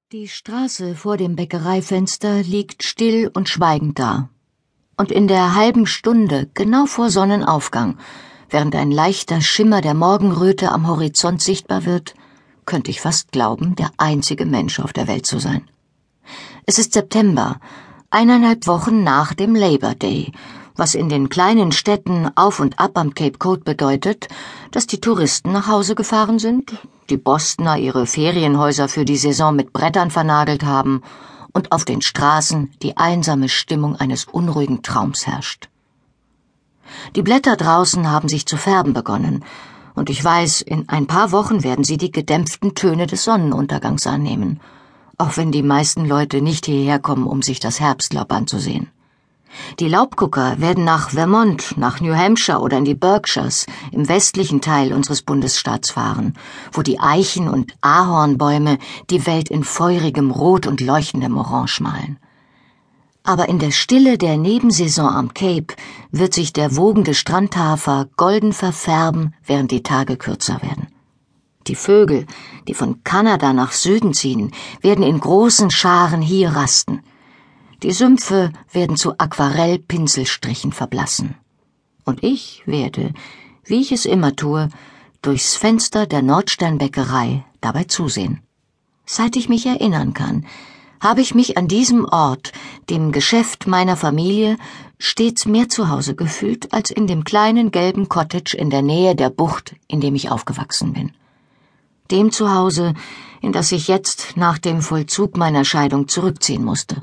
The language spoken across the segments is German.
Die Straße vor dem Bäckereifenster liegt still und schweigend da. Und in der halben Stunde, genau vor Sonnenaufgang, während ein leichter Schimmer der Morgenröte am Horizont sichtbar wird, könnte ich fast glauben, der einzige Mensch auf der Welt zu sein. Es ist September, 1,5 Wochen nach dem Labor Day, was in den kleinen Städten auf und ab am Cape Cod bedeutet, dass die Touristen nach Hause gefahren sind, die Bostoner ihre Ferienhäuser für die Saison mit Brettern vernagelt haben und auf den Straßen die einsame Stimmung eines unruhigen Traums herrscht. Die Blätter draußen haben sich zu färben begonnen, und ich weiß, in ein paar Wochen werden sie die gedämpften Töne des Sonnenuntergangs annehmen, auch wenn die meisten Leute nicht hierher kommen, um sich das Herbstlaub anzusehen. Die Laubgucker werden nach Vermont, nach New Hampshire oder in die Berkshires im westlichen Teil unseres Bundesstaats fahren, wo die Eichen- und Ahornbäume die Welt in feurigem Rot und leuchtendem Orange malen. Aber in der Stille der Nebensaison am Cape wird sich der wogende Strandhafer golden verfärben, während die Tage kürzer werden. Die Vögel, die von Kanada nach Süden ziehen, werden in großen Scharen hier rasten. Die Sümpfe werden zu Aquarellpinselstrichen verblassen. Und ich werde, wie ich es immer tue, durchs Fenster der Nordsternbäckerei dabei zusehen. Seit ich mich erinnern kann, habe ich mich an diesem Ort, dem Geschäft meiner Familie, stets mehr zu Hause gefühlt als in dem kleinen gelben Cottage in der Nähe der Bucht, in dem ich aufgewachsen bin. Dem Zuhause, in das ich jetzt nach dem Vollzug meiner Scheidung zurückziehen musste.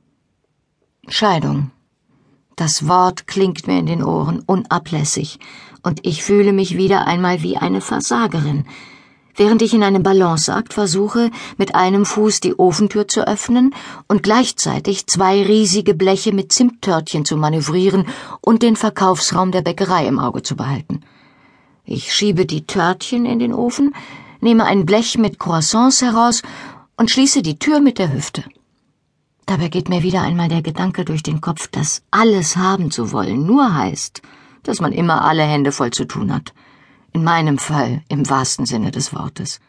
Scheidung. Das Wort klingt mir in den Ohren unablässig, und ich fühle mich wieder einmal wie eine Versagerin, während ich in einem Balanceakt versuche, mit einem Fuß die Ofentür zu öffnen und gleichzeitig 2 riesige Bleche mit Zimttörtchen zu manövrieren und den Verkaufsraum der Bäckerei im Auge zu behalten. Ich schiebe die Törtchen in den Ofen, nehme ein Blech mit Croissants heraus und schließe die Tür mit der Hüfte. Dabei geht mir wieder einmal der Gedanke durch den Kopf, dass alles haben zu wollen nur heißt, dass man immer alle Hände voll zu tun hat. In meinem Fall im wahrsten Sinne des Wortes.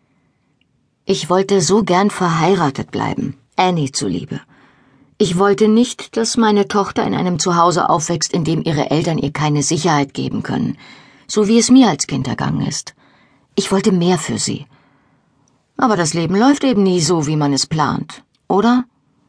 Ich wollte so gern verheiratet bleiben, Annie zuliebe. Ich wollte nicht, dass meine Tochter in einem Zuhause aufwächst, in dem ihre Eltern ihr keine Sicherheit geben können, so wie es mir als Kind ergangen ist. Ich wollte mehr für sie. Aber das Leben läuft eben nie so, wie man es plant, oder?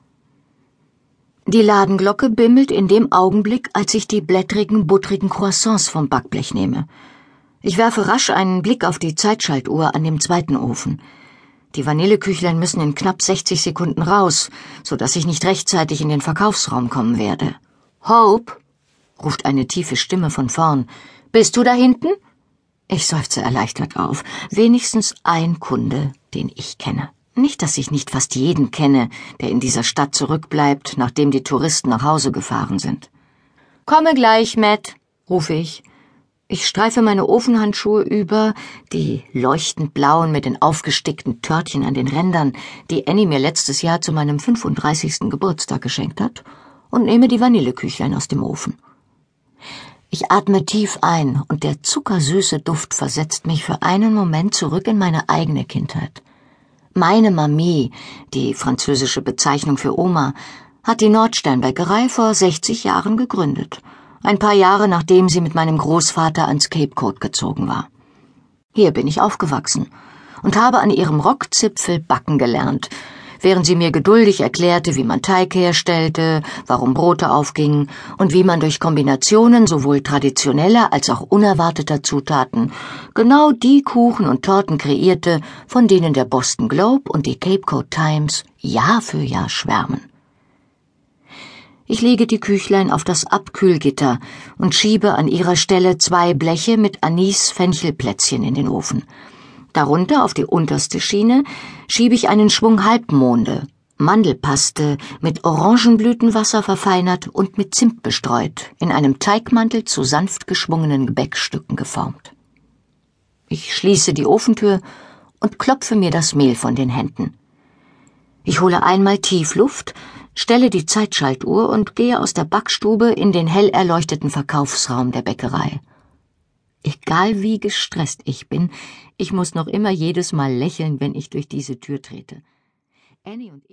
Die Ladenglocke bimmelt in dem Augenblick, als ich die blättrigen, buttrigen Croissants vom Backblech nehme. Ich werfe rasch einen Blick auf die Zeitschaltuhr an dem zweiten Ofen. Die Vanilleküchlein müssen in knapp 60 Sekunden raus, so dass ich nicht rechtzeitig in den Verkaufsraum kommen werde. »Hope«, ruft eine tiefe Stimme von vorn. »Bist du da hinten?« Ich seufze erleichtert auf. Wenigstens ein Kunde, den ich kenne. Nicht, dass ich nicht fast jeden kenne, der in dieser Stadt zurückbleibt, nachdem die Touristen nach Hause gefahren sind. »Komme gleich, Matt«, rufe ich. Ich streife meine Ofenhandschuhe über, die leuchtend blauen mit den aufgestickten Törtchen an den Rändern, die Annie mir letztes Jahr zu meinem 35. Geburtstag geschenkt hat, und nehme die Vanilleküchlein aus dem Ofen. Ich atme tief ein, und der zuckersüße Duft versetzt mich für einen Moment zurück in meine eigene Kindheit. Meine Mamie, die französische Bezeichnung für Oma, hat die Nordsternbäckerei vor 60 Jahren gegründet. Ein paar Jahre nachdem sie mit meinem Großvater ans Cape Cod gezogen war. Hier bin ich aufgewachsen und habe an ihrem Rockzipfel backen gelernt, während sie mir geduldig erklärte, wie man Teig herstellte, warum Brote aufgingen und wie man durch Kombinationen sowohl traditioneller als auch unerwarteter Zutaten genau die Kuchen und Torten kreierte, von denen der Boston Globe und die Cape Cod Times Jahr für Jahr schwärmen. Ich lege die Küchlein auf das Abkühlgitter und schiebe an ihrer Stelle 2 Bleche mit Anis-Fenchelplätzchen in den Ofen. Darunter auf die unterste Schiene schiebe ich einen Schwung Halbmonde, Mandelpaste mit Orangenblütenwasser verfeinert und mit Zimt bestreut, in einem Teigmantel zu sanft geschwungenen Gebäckstücken geformt. Ich schließe die Ofentür und klopfe mir das Mehl von den Händen. Ich hole einmal tief Luft, stelle die Zeitschaltuhr und gehe aus der Backstube in den hell erleuchteten Verkaufsraum der Bäckerei. Egal wie gestresst ich bin, ich muss noch immer jedes Mal lächeln, wenn ich durch diese Tür trete. Annie und